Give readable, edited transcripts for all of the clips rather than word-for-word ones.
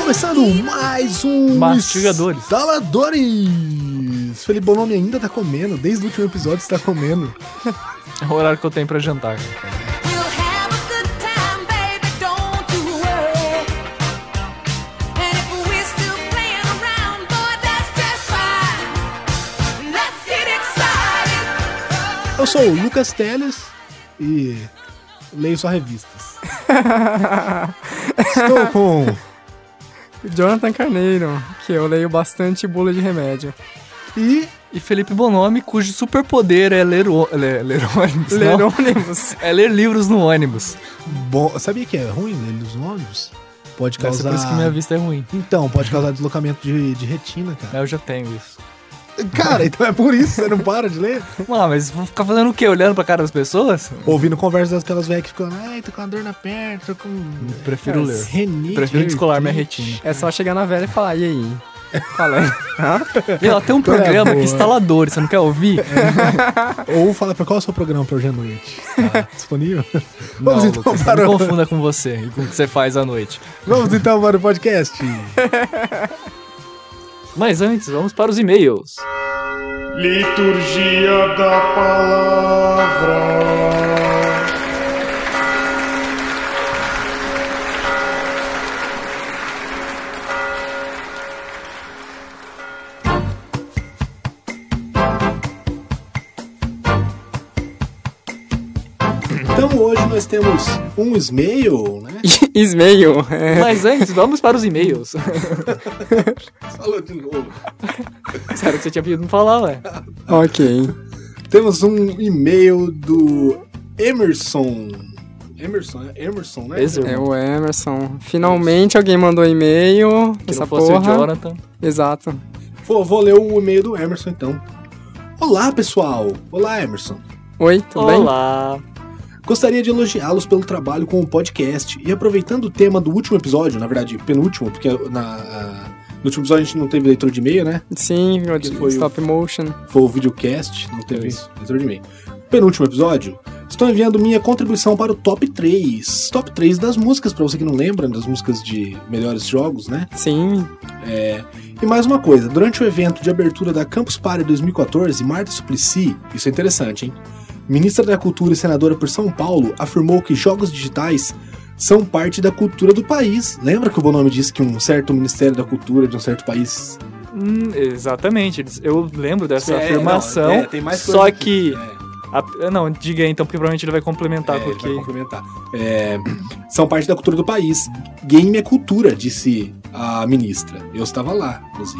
começando mais um Mastigadores. Instaladores. Felipe Bonomi ainda tá comendo, desde o último episódio está comendo. É o horário que eu tenho pra jantar. Eu sou o Lucas Teles e leio só revistas. Estou com Jonathan Carneiro, que eu leio bastante bula de remédio. E Felipe Bonomi, cujo superpoder é ler ônibus. Ler não? ônibus. É ler livros no ônibus. bom, sabia que é ruim ler nos ônibus? Pode Deve ser causar. por isso que minha vista é ruim. Então, pode causar deslocamento de retina, cara. Eu já tenho isso. Cara, então é por isso que você não para de ler? Mas vou ficar fazendo o quê? Olhando pra cara das pessoas? Ouvindo conversas daquelas velhas que ficam, ai, tô com uma dor na perna, tô com Prefiro ler. renite. Prefiro descolar minha retina. É só chegar na velha e falar, e aí? Fala aí. E ela tem um programa que instalador, você não quer ouvir? Ou fala pra qual é o seu programa pra hoje à noite. Tá disponível? Não, Vamos então Lucas, para não o... confunda com você e com o que você faz à noite. Vamos então para o podcast. Mas antes, vamos para os e-mails. Liturgia da Palavra. Então hoje nós temos um e-mail, né? Ismail. Mas antes, vamos para os e-mails. Falou de novo. Sério que você tinha pedido me falar, ué. Ok. Temos um e-mail do Emerson. Emerson, né? É o Emerson. Finalmente alguém mandou e-mail. Que Essa não fosse porra. o Jonathan. Exato. Vou ler o e-mail do Emerson então. Olá, pessoal. Olá, Emerson. Oi, tudo bem? Olá. Gostaria de elogiá-los pelo trabalho com o podcast e aproveitando o tema do último episódio, na verdade, penúltimo, porque no último episódio a gente não teve leitura de e-mail, né? Sim, foi stop motion. Foi o videocast, não teve Isso. leitura de e-mail. Penúltimo episódio, estou enviando minha contribuição para o top 3. Top 3 das músicas, pra você que não lembra, das músicas de melhores jogos, né? Sim. E mais uma coisa, durante o evento de abertura da Campus Party 2014, Marta Suplicy, isso é interessante, hein? Ministra da Cultura e senadora por São Paulo, afirmou que jogos digitais são parte da cultura do país. Lembra que o Bonomi disse que um certo Ministério da Cultura de um certo país... Exatamente. Eu lembro dessa afirmação. Não, tem mais só coisa que... Não, diga aí então, porque provavelmente ele vai complementar. Ele porque vai complementar. São parte da cultura do país. Game é cultura, disse a ministra. Eu estava lá, inclusive.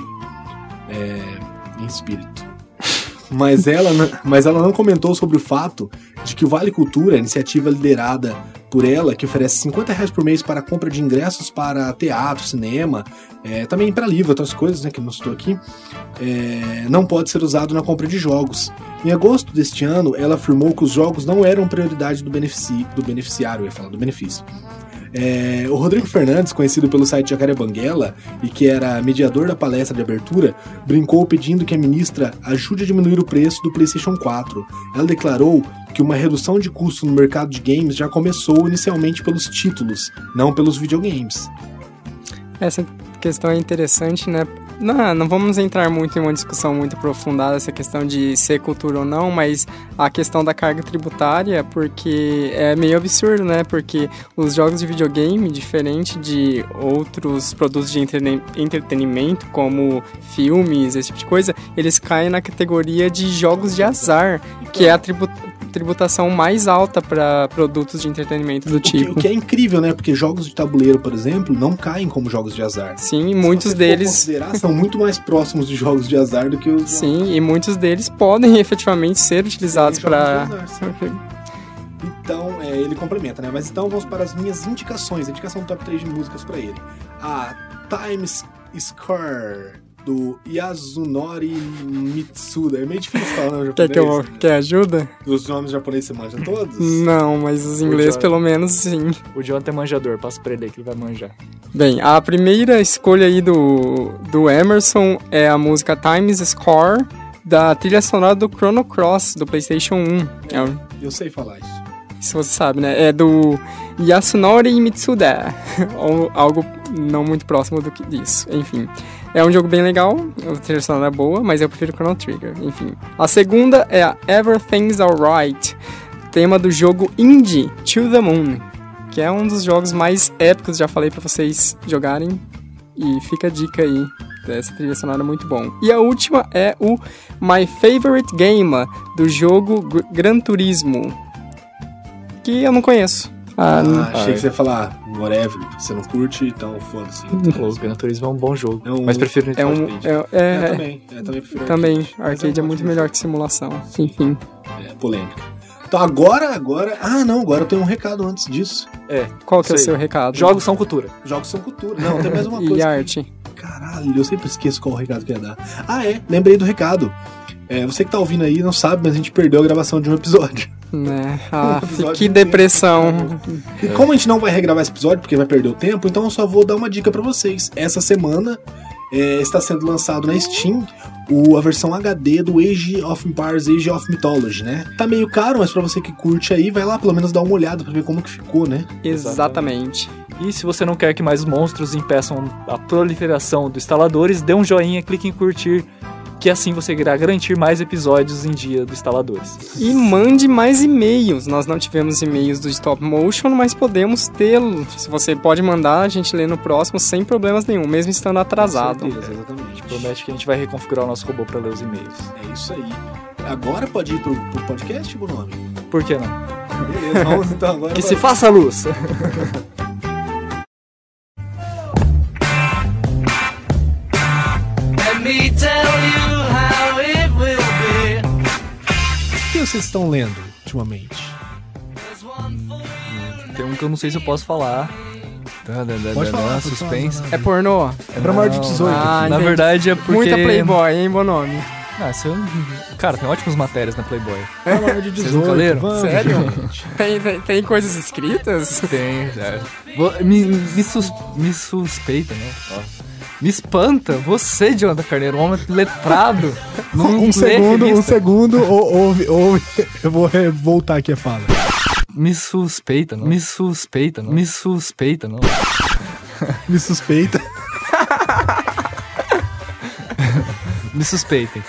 Em espírito. Mas ela não comentou sobre o fato de que o Vale Cultura, a iniciativa liderada por ela, que oferece R$50 por mês para a compra de ingressos para teatro, cinema, também para livro, outras coisas, né, que não estou aqui, não pode ser usado na compra de jogos. Em agosto deste ano, ela afirmou que os jogos não eram prioridade do beneficiário, eu ia falar, do benefício. O Rodrigo Fernandes, conhecido pelo site Jacaré Banguela e que era mediador da palestra de abertura, brincou pedindo que a ministra ajude a diminuir o preço do PlayStation 4. Ela declarou que uma redução de custo no mercado de games já começou inicialmente pelos títulos, não pelos videogames. Essa questão é interessante, né? Não vamos entrar muito em uma discussão muito aprofundada essa questão de ser cultura ou não, mas a questão da carga tributária, porque é meio absurdo, né? Porque os jogos de videogame, diferente de outros produtos de entretenimento, como filmes, esse tipo de coisa, eles caem na categoria de jogos de azar, que é a tributação mais alta para produtos de entretenimento do tipo. O que é incrível, né? Porque jogos de tabuleiro, por exemplo, não caem como jogos de azar. Sim, muitos deles... são muito mais próximos de jogos de azar do que os... Sim, e muitos deles podem efetivamente ser utilizados para... Então, ele complementa, né? Mas então vamos para as minhas indicações. A indicação do top 3 de músicas para ele. A Times Square, do Yasunori Mitsuda. É meio difícil falar no japonês. Quer ajuda? Os nomes japoneses você manja todos? Não, mas os ingleses pelo menos sim. O Jonathan é manjador, passa pra ele aí que ele vai manjar. Bem, a primeira escolha aí do Emerson é a música Times Square, da trilha sonora do Chrono Cross, do PlayStation 1. Eu sei falar isso. se você sabe, né? É do Yasunori Mitsuda, ou algo não muito próximo disso. Enfim, é um jogo bem legal, a trilha sonora é boa, mas eu prefiro Chrono Trigger. Enfim, a segunda é a Everything's Alright, tema do jogo indie To The Moon, que é um dos jogos mais épicos, já falei pra vocês jogarem, e fica a dica aí. Essa trilha sonora é muito bom. E a última é o My Favorite Game, do jogo Gran Turismo, que eu não conheço. Achei que você ia falar whatever, você não curte, então foda-se. O Gran Turismo é um bom jogo, mas prefiro Need for Speed. Eu também prefiro também, arcade é muito melhor que simulação. Enfim. É polêmica. Então agora... agora eu tenho um recado antes disso. Qual que é o seu recado? Jogos são cultura. Jogos são cultura. Não, tem mais uma coisa. E arte. Caralho, eu sempre esqueço qual o recado que ia dar. Lembrei do recado. Você que tá ouvindo aí não sabe, mas a gente perdeu a gravação de um episódio. Né? Que depressão. E como a gente não vai regravar esse episódio, porque vai perder o tempo, então eu só vou dar uma dica pra vocês. Essa semana está sendo lançado na Steam a versão HD do Age of Empires, Age of Mythology, né? Tá meio caro, mas pra você que curte aí, vai lá pelo menos dar uma olhada pra ver como que ficou, né? Exatamente. E se você não quer que mais monstros impeçam a proliferação dos instaladores, dê um joinha, clique em curtir, que assim você irá garantir mais episódios em dia do Instaladores. E mande mais e-mails. Nós não tivemos e-mails do Stop Motion, mas podemos tê-lo. Se você pode mandar, a gente lê no próximo sem problemas nenhum, mesmo estando atrasado. Com certeza, exatamente. A gente promete que a gente vai reconfigurar o nosso robô para ler os e-mails. É isso aí. Agora pode ir pro podcast, Bonomi? Por que não? Beleza, vamos então agora. Que se faça a luz! O que vocês estão lendo ultimamente? Tem um que eu não sei se eu posso falar. Pode falar, suspense. É pornô? É pra maior de 18. Na verdade é porque... Muita Playboy, hein, Bonomi? Cara, tem ótimas matérias na Playboy. É maior de 18. Vocês nunca leram? Vamos, Sério? gente. Tem coisas escritas? Tem, já. Me suspeita, né? Ó. Me espanta, você, Jonathan Carneiro, um homem letrado. Um segundo, ouve. Eu vou voltar aqui a fala. Me suspeita, não. Me suspeita, não. Me suspeita, não. Me suspeita. Me suspeitem.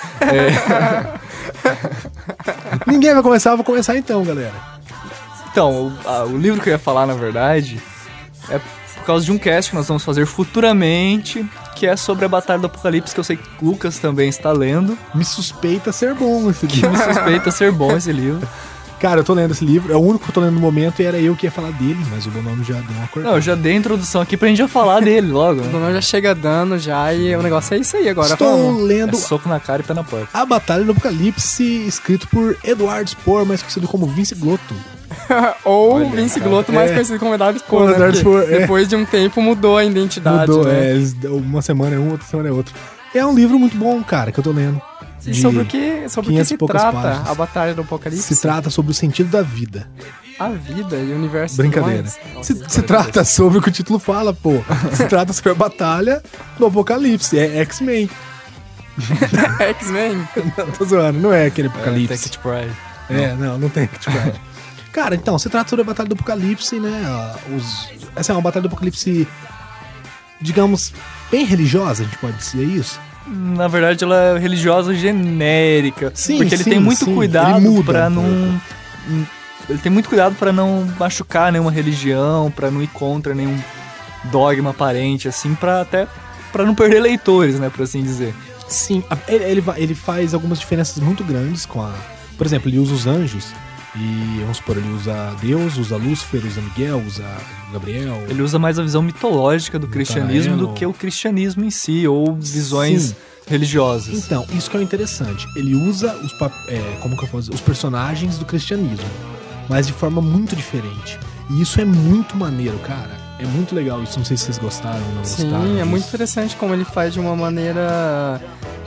Ninguém vai começar, eu vou começar então, galera. Então, o livro que eu ia falar, na verdade, é por causa de um cast que nós vamos fazer futuramente, que é sobre a Batalha do Apocalipse, que eu sei que o Lucas também está lendo. Me suspeita ser bom esse livro. Me suspeita ser bom esse livro. Cara, eu tô lendo esse livro, é o único que eu tô lendo no momento e era eu que ia falar dele, mas o Bonomi já deu uma cortada. Não, eu já dei a introdução aqui pra gente já falar dele logo. O Bonomi já chega dando já e o negócio é isso aí agora. Estou lendo soco na cara e pé na porta. A Batalha do Apocalipse, escrito por Edward Spohr, mais conhecido como Vince Glotto. Ou Vince Glotto, mais conhecido como Edward Spohr, né? Depois de um tempo mudou a identidade. Mudou, né? Uma semana é um, outra semana é outro. É um livro muito bom, cara, que eu tô lendo. E sobre o que se trata páginas. A Batalha do Apocalipse? Se trata sobre o sentido da vida. A vida e o universo. Brincadeira. Se trata sobre o que o título fala, pô. Se trata sobre a Batalha do Apocalipse. É X-Men. X-Men? Não, tô zoando, não é aquele Apocalipse. Tem Kit Pride. Não tem Kit Pride. Cara, então, se trata sobre a Batalha do Apocalipse, né? Essa é uma Batalha do Apocalipse, digamos, bem religiosa, a gente pode dizer isso? Na verdade, ela é religiosa genérica. Sim, porque ele tem muito cuidado pra não... Ele tem muito cuidado pra não machucar nenhuma religião, pra não ir contra nenhum dogma aparente, assim, pra não perder leitores, né, por assim dizer. Sim, ele faz algumas diferenças muito grandes com a... Por exemplo, ele usa os anjos e, vamos supor, ele usa Deus, usa Lúcifer, usa Miguel, usa Gabriel. Ele usa mais a visão mitológica do cristianismo do que o cristianismo em si, ou visões religiosas. Então, isso que é interessante. Ele usa os personagens do cristianismo, mas de forma muito diferente. E isso é muito maneiro, cara. É muito legal isso. Não sei se vocês gostaram ou não gostaram. Sim, é muito interessante como ele faz de uma maneira...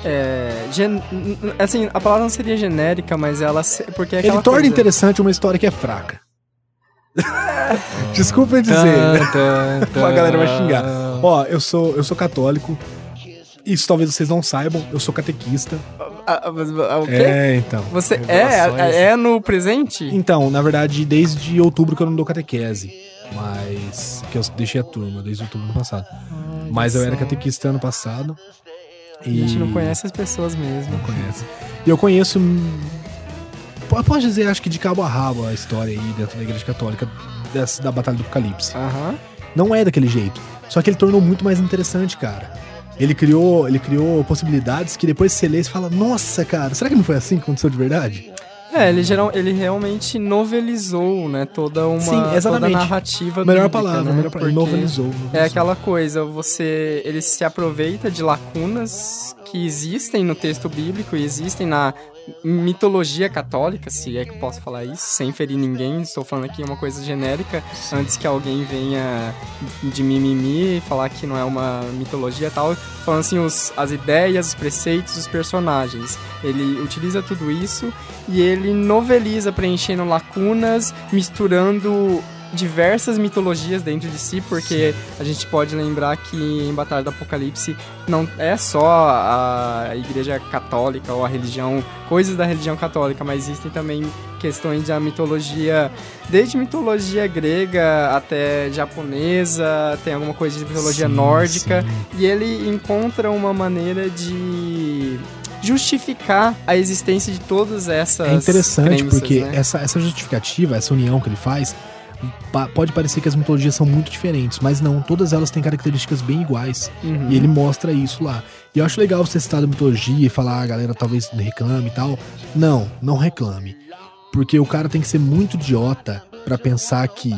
assim, a palavra não seria genérica, mas ela... Porque é aquela ele torna coisa... interessante uma história que é fraca. Desculpa dizer. A galera vai xingar. Ó, eu sou católico. Isso talvez vocês não saibam. Eu sou catequista. O quê? Então. Você é no presente? Então, na verdade, desde outubro que eu não dou catequese. Mas... que eu deixei a turma, desde outubro do ano passado. Mas eu era catequista ano passado. A gente não conhece as pessoas mesmo. Não conhece. E eu conheço... Pode dizer, acho que de cabo a rabo a história aí dentro da Igreja Católica da Batalha do Apocalipse. Não é daquele jeito. Só que ele tornou muito mais interessante, cara. Ele criou possibilidades que depois você lê e fala, nossa, cara, será que não foi assim que aconteceu de verdade? Ele realmente novelizou, né, toda a narrativa melhor bíblica, palavra, né? melhor palavra, novelizou. É aquela coisa, ele se aproveita de lacunas que existem no texto bíblico e existem na mitologia católica, se é que eu posso falar isso, sem ferir ninguém, estou falando aqui uma coisa genérica, antes que alguém venha de mimimi e falar que não é uma mitologia e tal, falando assim, as ideias, os preceitos, os personagens. Ele utiliza tudo isso e ele noveliza, preenchendo lacunas, misturando diversas mitologias dentro de si, porque a gente pode lembrar que em Batalha do Apocalipse não é só a Igreja Católica ou a religião, coisas da religião católica, mas existem também questões da mitologia, desde mitologia grega até japonesa, tem alguma coisa de mitologia nórdica, e ele encontra uma maneira de justificar a existência de todas essas crenças. É interessante crenças, porque né? essa justificativa, essa união que ele faz, pode parecer que as mitologias são muito diferentes, mas não, todas elas têm características bem iguais. E ele mostra isso lá. E eu acho legal você citar a mitologia e falar, a galera talvez reclame e tal. Não reclame. Porque o cara tem que ser muito idiota pra pensar que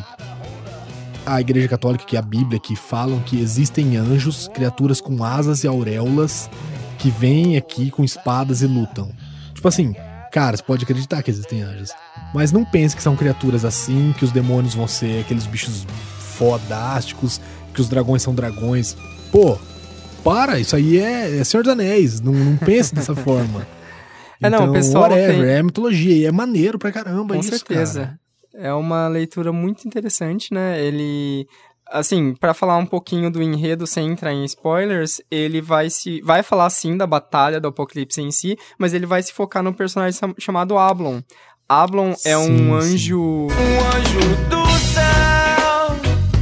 a Igreja Católica, que é a Bíblia, que falam que existem anjos, criaturas com asas e auréolas, que vêm aqui com espadas e lutam. Tipo assim, cara, você pode acreditar que existem anjos, mas não pense que são criaturas assim, que os demônios vão ser aqueles bichos fodásticos, que os dragões são dragões. Pô, isso aí é Senhor dos Anéis, não pense dessa forma. Então, pessoal, é mitologia e é maneiro pra caramba. Com isso, certeza. Cara. É uma leitura muito interessante, né? Ele... Assim, pra falar um pouquinho do enredo sem entrar em spoilers, ele vai falar sim da batalha do Apocalipse em si, mas ele vai se focar no personagem chamado Ablon. Ablon é um anjo... Um anjo do céu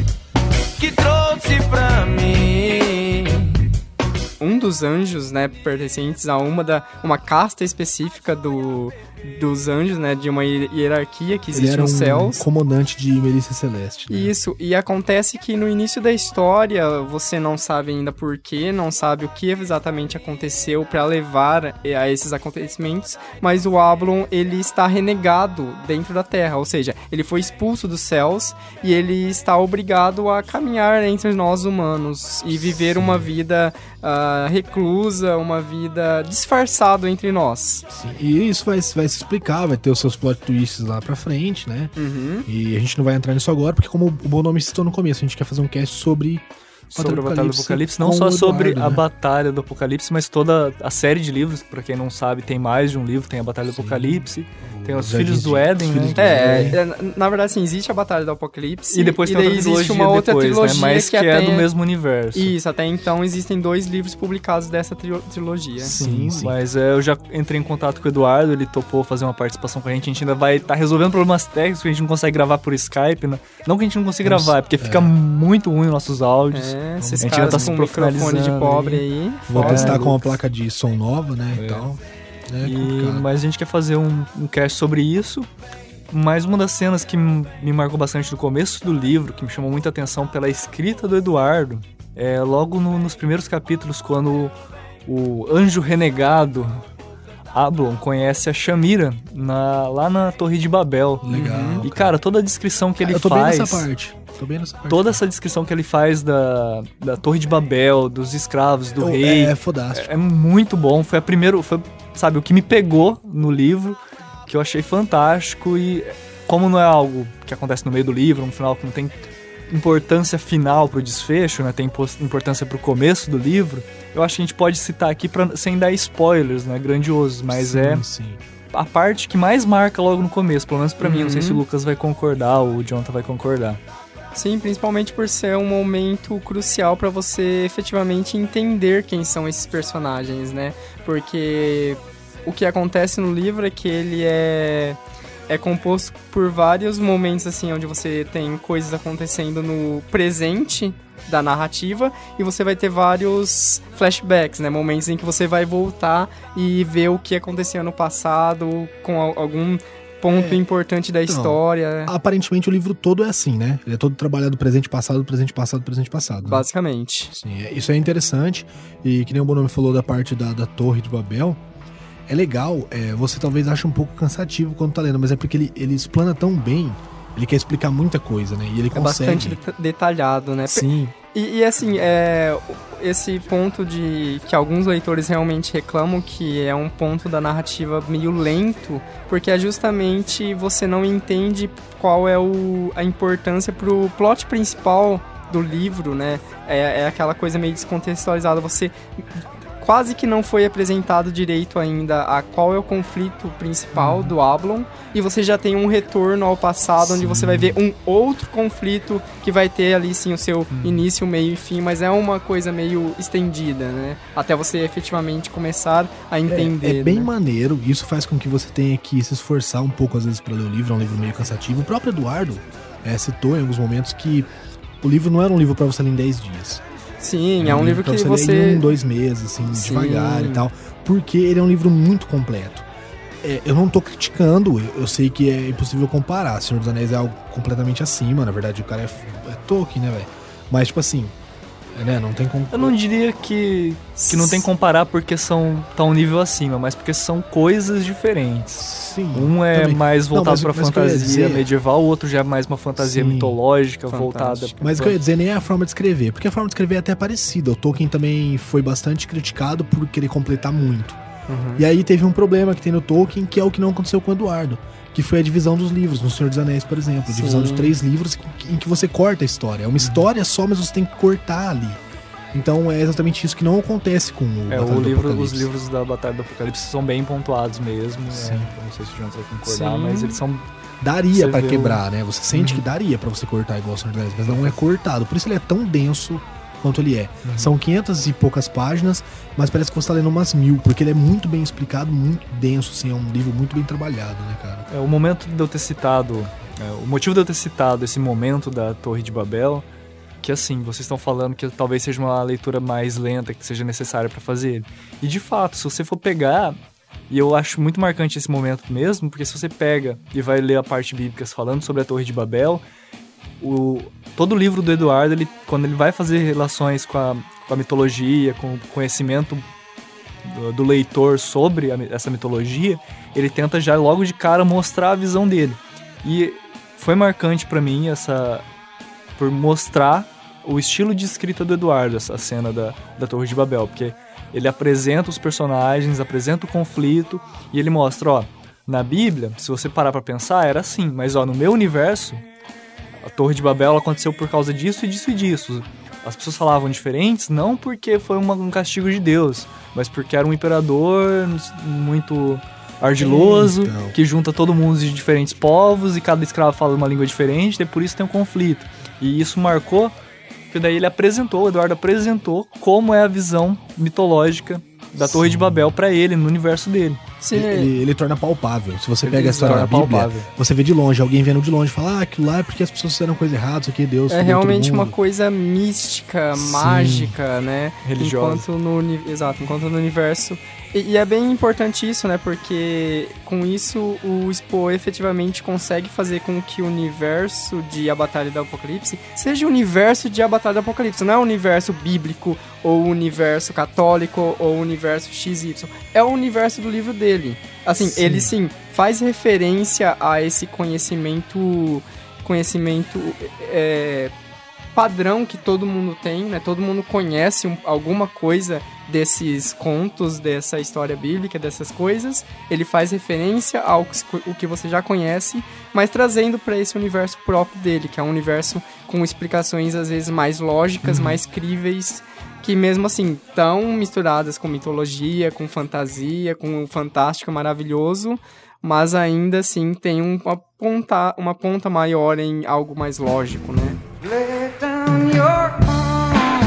que trouxe pra mim. Um dos anjos, né, pertencentes a uma casta específica dos anjos, né, de uma hierarquia que existe nos céus. Ele era um comandante de Milícia Celeste. Né? Isso, e acontece que no início da história você não sabe ainda porquê, não sabe o que exatamente aconteceu para levar a esses acontecimentos, mas o Ablon, ele está renegado dentro da Terra, ou seja, ele foi expulso dos céus e ele está obrigado a caminhar entre nós humanos e viver uma vida reclusa, uma vida disfarçado entre nós. Sim. E isso vai se explicar, vai ter os seus plot twists lá pra frente, né? E a gente não vai entrar nisso agora, porque como o Bonomi citou no começo, a gente quer fazer um cast sobre a Batalha do Apocalipse, não só sobre a Batalha do Apocalipse, mas toda a série de livros, pra quem não sabe, tem mais de um livro, tem a Batalha do Apocalipse, tem os Filhos do Éden, né? Na verdade, sim, existe a Batalha do Apocalipse e depois tem existe uma outra trilogia, né? Mas que é do mesmo universo. Isso, até então existem 2 livros publicados dessa trilogia. Sim. Mas eu já entrei em contato com o Eduardo, ele topou fazer uma participação com a gente ainda vai estar resolvendo problemas técnicos que a gente não consegue gravar por Skype, né? Não que a gente não consiga gravar, é porque fica muito ruim os nossos áudios. A gente já tá com um microfone de pobre aí. Vou testar com uma placa de som nova, né, e tal. Mas a gente quer fazer um cast sobre isso. Mas uma das cenas que me marcou bastante no começo do livro, que me chamou muita atenção pela escrita do Eduardo, é logo nos primeiros capítulos, quando o anjo renegado Ablon conhece a Shamira lá na Torre de Babel. Legal. E, cara, toda a descrição que ele faz... Eu tô bem nessa parte. Toda essa descrição que ele faz da Torre de Babel, dos escravos, do rei... É fodástico. É muito bom. Foi sabe, o que me pegou no livro, que eu achei fantástico. E como não é algo que acontece no meio do livro, no final, que não tem importância final pro desfecho, né? Tem importância pro começo do livro. Eu acho que a gente pode citar aqui sem dar spoilers, né? Grandiosos, mas sim. A parte que mais marca logo no começo, pelo menos pra mim. Não sei se o Lucas vai concordar ou o Jonathan vai concordar. Sim, principalmente por ser um momento crucial para você efetivamente entender quem são esses personagens, né? Porque o que acontece no livro é que ele é composto por vários momentos, assim, onde você tem coisas acontecendo no presente da narrativa e você vai ter vários flashbacks, né? Momentos em que você vai voltar e ver o que aconteceu no passado com algum ponto importante da história. Aparentemente o livro todo é assim, né? Ele é todo trabalhado presente, passado, presente, passado, presente, passado. Né? Basicamente. Sim, isso é interessante. E que nem o Bonomi falou da parte da Torre de Babel, é legal, você talvez ache um pouco cansativo quando tá lendo, mas é porque ele explana tão bem, ele quer explicar muita coisa, né? E ele consegue. Bastante detalhado, né? Sim. E assim, esse ponto que alguns leitores realmente reclamam que é um ponto da narrativa meio lento, porque é justamente você não entende qual é a importância pro plot principal do livro, né? É aquela coisa meio descontextualizada, você quase que não foi apresentado direito ainda a qual é o conflito principal do Ablon, e você já tem um retorno ao passado, onde você vai ver um outro conflito que vai ter ali sim o seu início, meio e fim, mas é uma coisa meio estendida, né? Até você efetivamente começar a entender. É bem né? maneiro, isso faz com que você tenha que se esforçar um pouco às vezes para ler o livro, é um livro meio cansativo. O próprio Eduardo citou em alguns momentos que o livro não era um livro para você ler em 10 dias. Sim, é um livro que você... ler em 1-2 meses, assim, devagar e tal. Porque ele é um livro muito completo. Eu não tô criticando, eu sei que é impossível comparar. Senhor dos Anéis é algo completamente acima, na verdade o cara é Tolkien, né, velho? Mas, tipo assim, né, não tem como... Eu não diria que não tem como comparar porque tá um nível acima, mas porque são coisas diferentes. Sim, um é também. mais voltado pra fantasia dizer... medieval, o outro já é mais uma fantasia mitológica, voltada... Mas o que eu ia dizer nem é a forma de escrever, porque a forma de escrever é até parecida. O Tolkien também foi bastante criticado por querer completar muito. E aí teve um problema que tem no Tolkien, que é o que não aconteceu com o Eduardo, que foi a divisão dos livros, no Senhor dos Anéis, por exemplo. A divisão de 3 livros em que você corta a história. É uma história só, mas você tem que cortar ali. Então é exatamente isso que não acontece com o Batalha do Apocalipse. Os livros da Batalha do Apocalipse são bem pontuados mesmo. Eu não sei se o Jonathan vai concordar, mas eles são... Daria pra quebrar, né? Você sente que daria pra você cortar igual o Senhor dos Anéis, mas não é cortado. Por isso ele é tão denso quanto ele é. São 500 e poucas páginas, mas parece que você tá lendo umas 1000, porque ele é muito bem explicado, muito denso, assim, é um livro muito bem trabalhado, né, cara? O momento de eu ter citado... o motivo de eu ter citado esse momento da Torre de Babel, que assim, vocês estão falando que talvez seja uma leitura mais lenta, que seja necessária pra fazer ele. E de fato, se você for pegar... E eu acho muito marcante esse momento mesmo, porque se você pega e vai ler a parte bíblica falando sobre a Torre de Babel, todo o livro do Eduardo, quando ele vai fazer relações com a mitologia, com o conhecimento do leitor sobre essa mitologia, ele tenta já logo de cara mostrar a visão dele. E foi marcante pra mim por mostrar o estilo de escrita do Eduardo, essa cena da Torre de Babel, porque ele apresenta os personagens, apresenta o conflito e ele mostra, na Bíblia, se você parar pra pensar, era assim, mas no meu universo, a Torre de Babel aconteceu por causa disso e disso e disso. As pessoas falavam diferentes, não porque foi um castigo de Deus, mas porque era um imperador muito ardiloso, que junta todo mundo de diferentes povos e cada escravo fala uma língua diferente, e por isso tem um conflito. E isso marcou... que daí o Eduardo apresentou como é a visão mitológica da Torre de Babel pra ele, no universo dele. Ele torna palpável. Se você pega a história da Bíblia, você vê de longe, alguém vendo de longe, fala, aquilo lá é porque as pessoas fizeram coisa errada, isso aqui é Deus. É realmente uma coisa mística, mágica, né? Religiosa. Enquanto no universo... E é bem importante isso, né? Porque com isso o Spo efetivamente consegue fazer com que o universo de A Batalha do Apocalipse seja o universo de A Batalha do Apocalipse. Não é o universo bíblico, ou o universo católico, ou o universo XY. É o universo do livro dele. Assim, ele sim faz referência a esse conhecimento padrão que todo mundo tem, né? Todo mundo conhece alguma coisa desses contos, dessa história bíblica, dessas coisas. Ele faz referência ao que você já conhece, mas trazendo para esse universo próprio dele, que é um universo com explicações às vezes mais lógicas, mais críveis, que mesmo assim tão misturadas com mitologia, com fantasia, com o fantástico maravilhoso, mas ainda assim tem uma ponta maior em algo mais lógico, né? Lay down your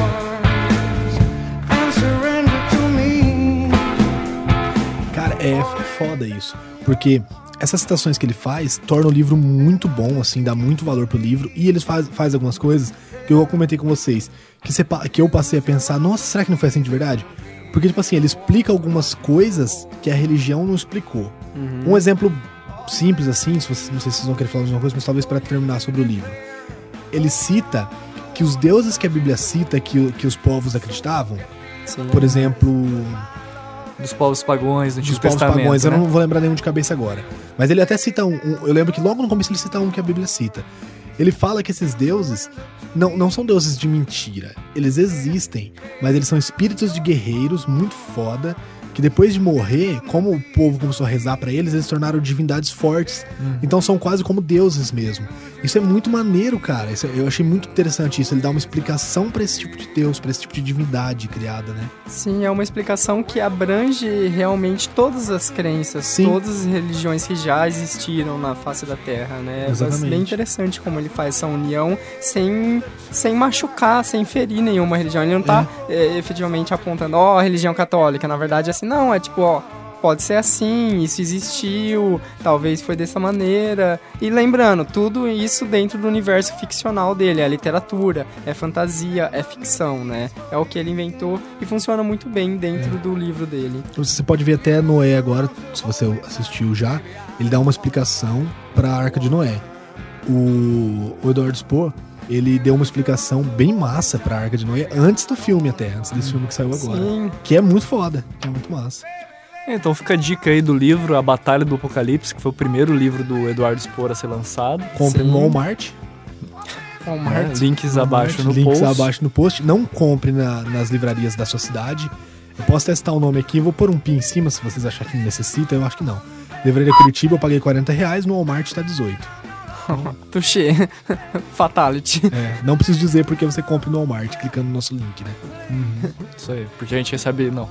arms and surrender to me. Cara, foda isso. Porque essas citações que ele faz tornam o livro muito bom, assim, dá muito valor pro livro. E ele faz algumas coisas que eu comentei com vocês, que eu passei a pensar, nossa, será que não foi assim de verdade? Porque, tipo assim, ele explica algumas coisas que a religião não explicou. Um exemplo simples, assim, não sei se vocês vão querer falar alguma coisa, mas talvez para terminar sobre o livro. Ele cita que os deuses que a Bíblia cita, que os povos acreditavam, Sim. por exemplo... Dos povos pagões, do Antigo Dos povos Testamento, pagões, né? eu não vou lembrar nenhum de cabeça agora. Mas ele até cita eu lembro que logo no começo ele cita um que a Bíblia cita. Ele fala que esses deuses não são deuses de mentira. Eles existem, mas eles são espíritos de guerreiros muito foda, que depois de morrer, como o povo começou a rezar pra eles se tornaram divindades fortes. Então são quase como deuses mesmo. Isso é muito maneiro, cara. Eu achei muito interessante isso. Ele dá uma explicação pra esse tipo de deus, pra esse tipo de divindade criada, né? Sim, é uma explicação que abrange realmente todas as crenças, Sim. todas as religiões que já existiram na face da Terra, né? Exatamente. É bem interessante como ele faz essa união sem machucar, sem ferir nenhuma religião. Ele não tá efetivamente apontando, a religião católica, na verdade, assim, não, é tipo, pode ser assim, isso existiu, talvez foi dessa maneira. E lembrando, tudo isso dentro do universo ficcional dele, é literatura, é fantasia, é ficção, né? É o que ele inventou e funciona muito bem dentro do livro dele. Você pode ver até Noé agora, se você assistiu já, ele dá uma explicação pra Arca de Noé. O Eduardo Spohr, ele deu uma explicação bem massa pra Arca de Noé antes do filme até, antes desse filme que saiu agora. Sim. Que é muito foda, que é muito massa. Então fica a dica aí do livro A Batalha do Apocalipse, que foi o primeiro livro do Eduardo Spohr a ser lançado. Compre Sim. no Walmart. Walmart. Links abaixo no Links post. abaixo no post. Não compre nas livrarias da sua cidade. Eu posso testar o nome aqui, eu vou pôr um pin em cima se vocês acharem que necessita, eu acho que não. Livraria Curitiba eu paguei R$40, no Walmart tá 18. Touché. Fatality. Não preciso dizer porque você compra no Walmart, clicando no nosso link, né? Isso aí, porque a gente recebe, não.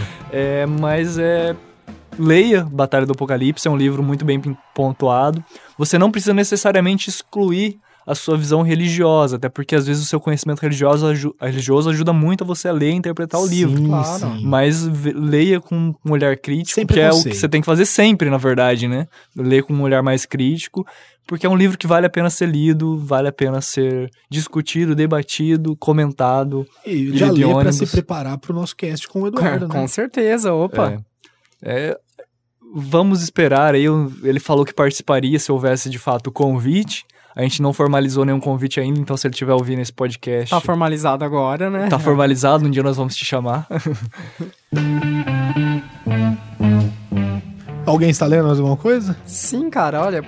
Leia Batalha do Apocalipse, é um livro muito bem pontuado. Você não precisa necessariamente excluir a sua visão religiosa, até porque às vezes o seu conhecimento religioso ajuda muito a você a ler e interpretar o livro. Claro. Sim. Mas leia com um olhar crítico, Sem que é o preconceito. que você tem que fazer sempre, na verdade, né? Ler com um olhar mais crítico, porque é um livro que vale a pena ser lido, vale a pena ser discutido, debatido, comentado. E já lê pra se preparar pro nosso cast com o Eduardo, né? Com certeza, opa. Vamos esperar aí, ele falou que participaria se houvesse de fato o convite. A gente não formalizou nenhum convite ainda, então se ele estiver ouvindo esse podcast... Tá formalizado agora, né? Tá formalizado, um dia nós vamos te chamar. Alguém está lendo mais alguma coisa? Sim, cara, olha,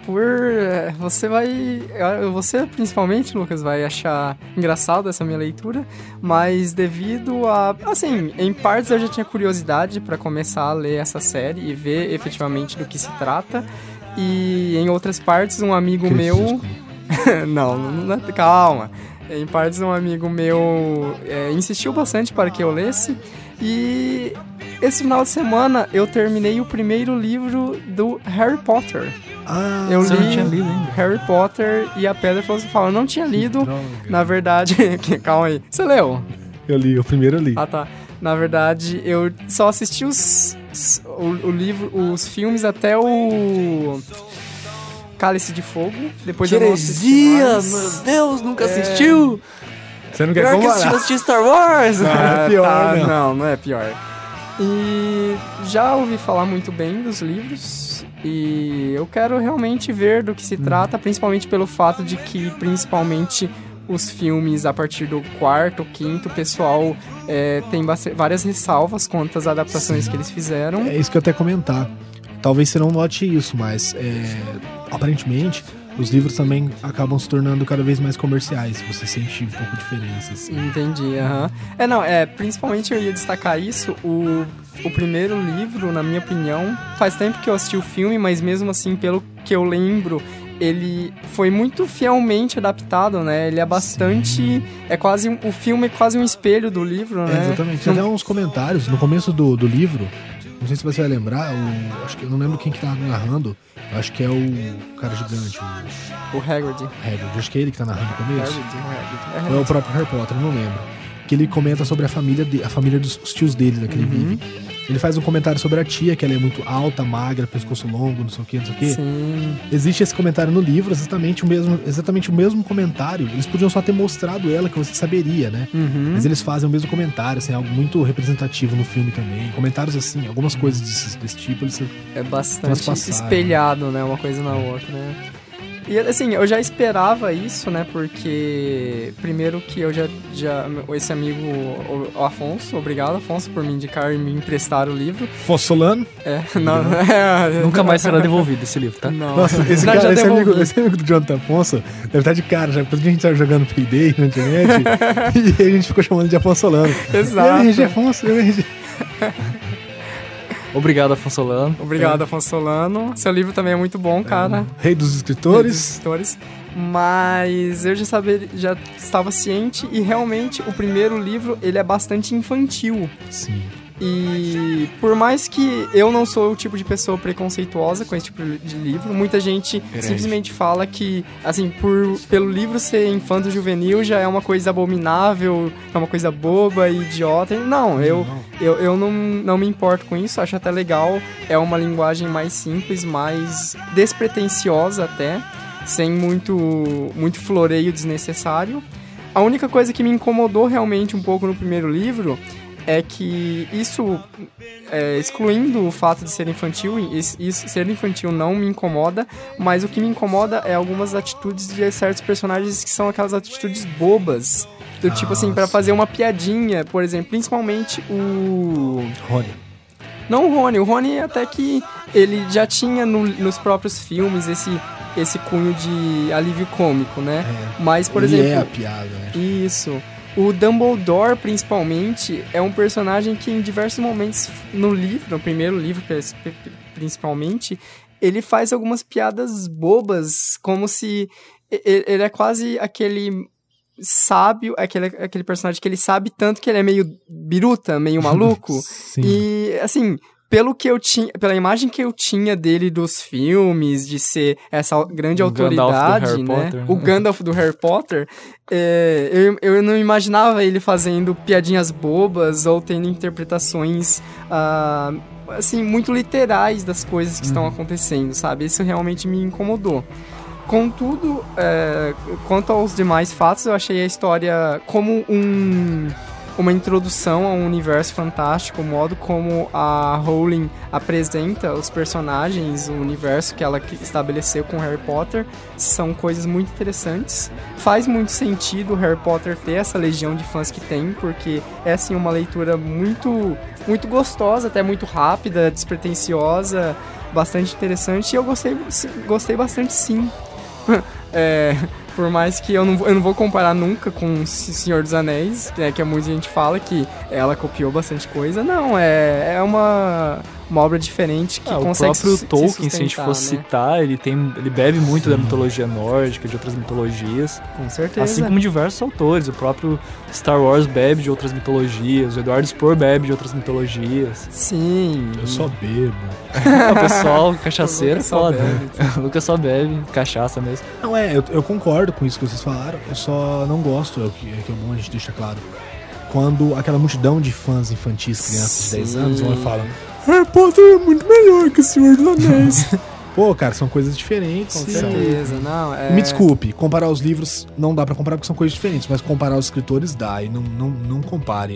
você principalmente, Lucas, vai achar engraçado essa minha leitura, mas devido a, assim, em partes eu já tinha curiosidade pra começar a ler essa série e ver efetivamente do que se trata, e em outras partes um amigo meu... não, calma. Em partes um amigo meu insistiu bastante para que eu lesse, e esse final de semana eu terminei o primeiro livro do Harry Potter. Eu você não li tinha lido ainda. Harry Potter e a Pedra Filosofal. Eu não tinha lido, na verdade... Calma aí. Você leu? Eu li, o primeiro eu li. Ah, tá. Na verdade, eu só assisti os filmes até o Cálice de Fogo. Depois eu não assisti mais. Meu Deus, nunca assistiu? Você não quer Pior que comparar? assistir Star Wars. É pior, não. Não é pior. E já ouvi falar muito bem dos livros e eu quero realmente ver do que se trata, principalmente pelo fato de que, principalmente, os filmes, a partir do 4º, 5º, o pessoal tem várias ressalvas quanto às adaptações que eles fizeram. É isso que eu até comentar. Talvez você não note isso, mas aparentemente os livros também acabam se tornando cada vez mais comerciais. Você sente um pouco de diferença, assim. Entendi, aham. Principalmente eu ia destacar isso, o primeiro livro, na minha opinião, faz tempo que eu assisti o filme, mas mesmo assim, pelo que eu lembro, ele foi muito fielmente adaptado, né? Ele é bastante... O filme é quase um espelho do livro, né? Exatamente. Tem até uns comentários no começo do livro. Não sei se você vai lembrar, acho que eu não lembro quem que tá narrando. Eu acho que é o cara gigante, o Hagrid. Acho que é ele que tá narrando no começo. Hagrid. Ou é o próprio Harry Potter, eu não lembro. Que ele comenta sobre a família dos tios dele, da que ele vive. Ele faz um comentário sobre a tia, que ela é muito alta, magra, pescoço longo, não sei o que, não sei o que. Sim. Existe esse comentário no livro, exatamente o mesmo comentário. Eles podiam só ter mostrado ela, que você saberia, né? Mas eles fazem o mesmo comentário, assim, algo muito representativo no filme também. Comentários assim, algumas coisas desse tipo, eles é bastante espelhado, né? Uma coisa na outra, né? E assim, eu já esperava isso, né? Porque primeiro que eu já esse amigo, o Afonso, obrigado Afonso por me indicar e me emprestar o livro. Fossolano? Não. Nunca mais será devolvido esse livro, tá? Não. Nossa, esse amigo do Jonathan Afonso deve estar de cara já, depois que a gente tava jogando Payday na internet e a gente ficou chamando de Afonsolano. Exato. Eu RG Afonso, eu RG. Obrigado, Afonso Solano. Obrigado, Afonso Solano. Seu livro também é muito bom, cara. Rei dos escritores. Mas eu já estava ciente e realmente o primeiro livro, ele é bastante infantil. Sim. E por mais que eu não sou o tipo de pessoa preconceituosa com esse tipo de livro, muita gente simplesmente fala que, assim, pelo livro ser infanto-juvenil já é uma coisa abominável, é uma coisa boba e idiota. Não, eu não me importo com isso, acho até legal. É uma linguagem mais simples, mais despretensiosa até, sem muito floreio desnecessário. A única coisa que me incomodou realmente um pouco no primeiro livro é que isso, excluindo o fato de ser infantil, isso ser infantil não me incomoda, mas o que me incomoda é algumas atitudes de certos personagens que são aquelas atitudes bobas, do tipo assim, pra fazer uma piadinha, por exemplo, principalmente o Rony. Não o Rony até que ele já tinha nos próprios filmes esse cunho de alívio cômico, né? Mas, por exemplo... é a piada, né? Isso. O Dumbledore, principalmente, é um personagem que em diversos momentos no livro, no primeiro livro principalmente, ele faz algumas piadas bobas, como se ele é quase aquele sábio, aquele personagem que ele sabe tanto que ele é meio biruta, meio maluco. Sim. E, assim... pela imagem que eu tinha dele dos filmes, de ser essa grande autoridade, né? O Gandalf do Harry Potter, eu não imaginava ele fazendo piadinhas bobas ou tendo interpretações, assim, muito literais das coisas que estão acontecendo, sabe? Isso realmente me incomodou. Contudo, quanto aos demais fatos, eu achei a história como uma introdução a um universo fantástico, o modo como a Rowling apresenta os personagens, o universo que ela estabeleceu com Harry Potter, são coisas muito interessantes. Faz muito sentido o Harry Potter ter essa legião de fãs que tem, porque é assim uma leitura muito, muito gostosa, até muito rápida, despretensiosa, bastante interessante, e eu gostei bastante sim. Por mais que eu não vou comparar nunca com Senhor dos Anéis, que muita gente fala que ela copiou bastante coisa. Não, é uma obra diferente que consegue o próprio Tolkien, se a gente fosse citar, ele bebe muito da mitologia nórdica, de outras mitologias. Com certeza. Assim como diversos autores. O próprio Star Wars bebe de outras mitologias, o Eduardo Spohr bebe de outras mitologias. Sim. Eu só bebo. O pessoal cachaceiro é foda. O Lucas só bebe, cachaça mesmo. Não, eu concordo com isso que vocês falaram, eu só não gosto, que é bom a gente deixar claro, quando aquela multidão de fãs infantis, crianças de 10 anos, vão e falam: Harry Potter é muito melhor que o Senhor dos Anéis. Pô, cara, são coisas diferentes. Com certeza, não. Me desculpe, comparar os livros não dá pra comparar porque são coisas diferentes, mas comparar os escritores dá, e não compare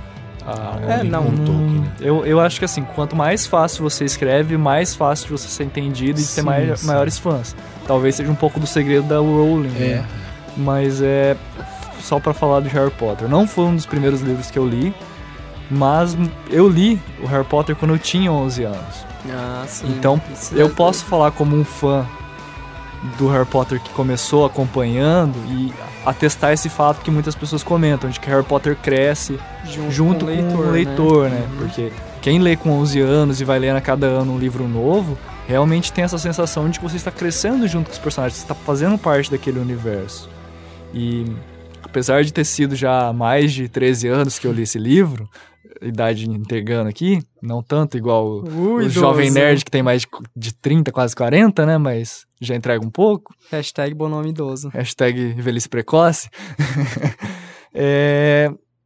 Tolkien, né? Eu acho que assim, quanto mais fácil você escreve, mais fácil de você ser entendido e ter maiores fãs. Talvez seja um pouco do segredo da Rowling, né? Mas só pra falar de Harry Potter, não foi um dos primeiros livros que eu li, mas eu li o Harry Potter quando eu tinha 11 anos. Sim. Então eu posso falar como um fã do Harry Potter que começou acompanhando e atestar esse fato que muitas pessoas comentam, de que Harry Potter cresce junto com o leitor, né? Porque quem lê com 11 anos e vai lendo a cada ano um livro novo, realmente tem essa sensação de que você está crescendo junto com os personagens, você está fazendo parte daquele universo. E apesar de ter sido já mais de 13 anos que eu li esse livro, idade entregando aqui, não tanto igual o jovem nerd que tem mais de 30, quase 40, né? Mas já entrega um pouco. Hashtag bonome idoso. Hashtag velhice precoce.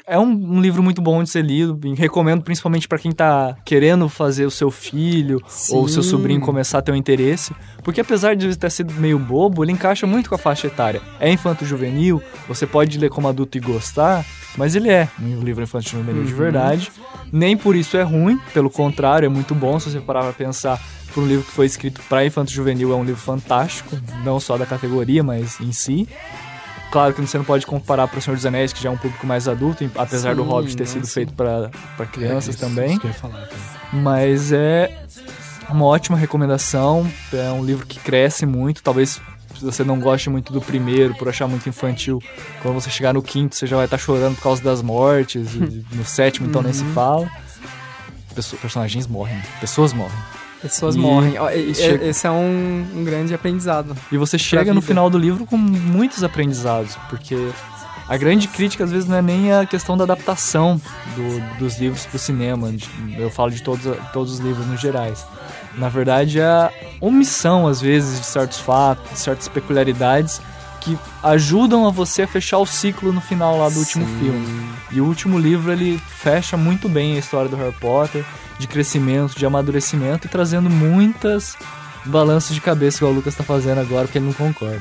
é um livro muito bom de ser lido. E recomendo principalmente para quem tá querendo fazer o seu filho ou o seu sobrinho começar a ter um interesse. Porque apesar de ter sido meio bobo, ele encaixa muito com a faixa etária. É infanto-juvenil, você pode ler como adulto e gostar, mas ele é um livro infanto-juvenil de verdade. Nem por isso é ruim, pelo contrário, é muito bom. Se você parar pra pensar, por um livro que foi escrito para infanto-juvenil, é um livro fantástico, não só da categoria, mas em si. Claro que você não pode comparar para O Senhor dos Anéis, que já é um público mais adulto, apesar do Hobbit ter sido feito para crianças também. Isso que eu ia falar, cara. Mas é uma ótima recomendação, é um livro que cresce muito. Talvez se você não goste muito do primeiro, por achar muito infantil, quando você chegar no quinto você já vai estar chorando por causa das mortes, e no sétimo então nem se fala. Personagens morrem, pessoas morrem. Pessoas morrem. Esse é um grande aprendizado. E você chega no final do livro com muitos aprendizados, porque a grande crítica às vezes não é nem a questão da adaptação dos livros para o cinema. Eu falo de todos os livros no gerais. Na verdade, é a omissão, às vezes, de certos fatos, de certas peculiaridades que ajudam a você a fechar o ciclo no final lá do último filme. E o último livro, ele fecha muito bem a história do Harry Potter, de crescimento, de amadurecimento, e trazendo muitas balanços de cabeça, igual o Lucas tá fazendo agora, porque ele não concorda.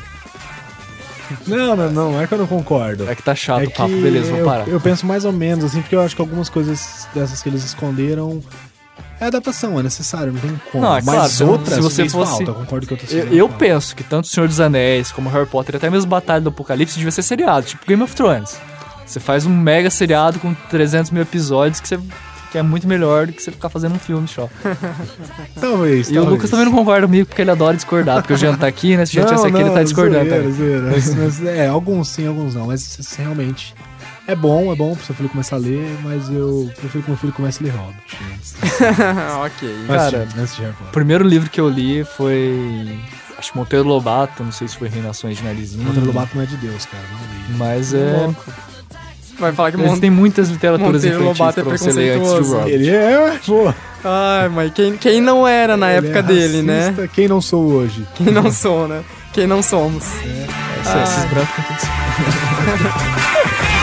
Não é que eu não concordo. É que tá chato o papo, beleza, vou parar. Eu penso mais ou menos, assim, porque eu acho que algumas coisas dessas que eles esconderam é adaptação, é necessário, não tem como. Não, é claro, mas outras, se você fosse... falta, eu concordo que eu penso que tanto O Senhor dos Anéis como Harry Potter, até mesmo Batalha do Apocalipse, devia ser seriado, tipo Game of Thrones. Você faz um mega seriado com 300 mil episódios que é muito melhor do que você ficar fazendo um filme só. Talvez. E o Lucas também não concorda comigo, porque ele adora discordar, porque o Jean tá aqui, né? Se o Jean tivesse aqui, ele tá discordando. Mas, alguns sim, alguns não, mas realmente... É bom pro seu filho começar a ler, mas eu prefiro que meu filho comece a ler Hobbit. Ok. Cara, o primeiro livro que eu li foi... Acho que Monteiro Lobato, não sei se foi Reinações de Narizinho. Monteiro Lobato não é de Deus, cara, não li. Mas é... Vai falar que tem muitas literaturas Monteiro infantis Lobato pra você ler antes de Robert. Ele é, pô. Ai, mas quem não era na época dele, racista, né? Quem não sou hoje. Quem não sou, né? Quem não somos. Esses brancos estão tudo...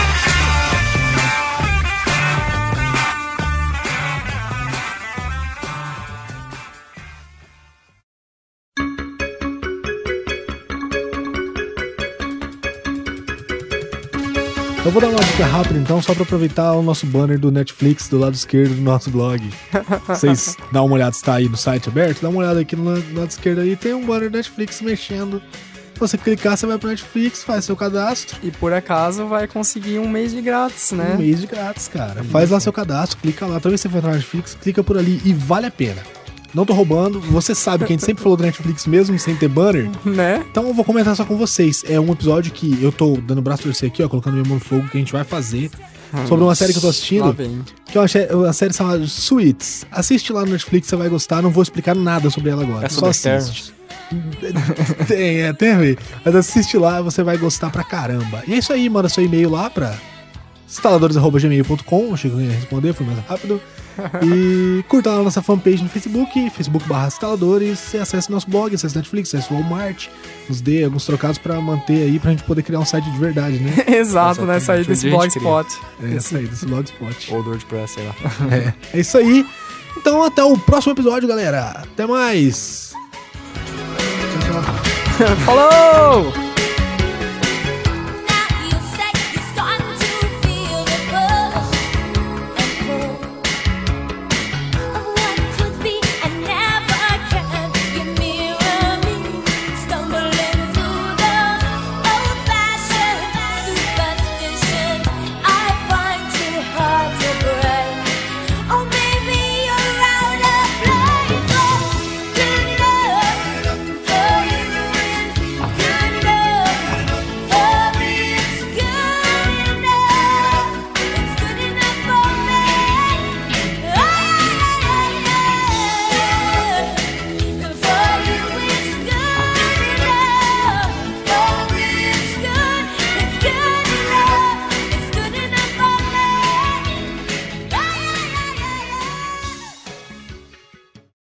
Eu vou dar uma dica rápida então, só pra aproveitar o nosso banner do Netflix do lado esquerdo do nosso blog. Vocês dão uma olhada se tá aí no site aberto, dá uma olhada aqui no lado esquerdo aí, tem um banner do Netflix mexendo. Se você clicar, você vai pro Netflix, faz seu cadastro. E por acaso vai conseguir um mês de grátis, né? Um mês de grátis, cara. Faz lá seu cadastro, clica lá, toda vez que você for entrar no Netflix, clica por ali e vale a pena. Não tô roubando, você sabe que a gente sempre falou do Netflix mesmo sem ter banner, né? Então eu vou comentar só com vocês. É um episódio que eu tô dando o braço a torcer aqui, ó, colocando minha mão no fogo, que a gente vai fazer sobre uma série que eu tô assistindo, que é uma série chamada Suits. Assiste lá no Netflix, você vai gostar, não vou explicar nada sobre ela agora. É só assiste. Tem a ver. Mas assiste lá, você vai gostar pra caramba. E é isso aí, manda seu e-mail lá pra instaladores@gmail.com. Achei que eu ia responder, foi mais rápido. E curta lá a nossa fanpage no Facebook, facebook.com/instaladores. E acesse nosso blog, acesse Netflix, acesse o Walmart. Nos dê alguns trocados pra manter aí, pra gente poder criar um site de verdade, né? Exato, né? Sair desse blogspot. Sair desse blogspot. Ou do WordPress, sei lá. É isso aí. Então até o próximo episódio, galera. Até mais. Falou!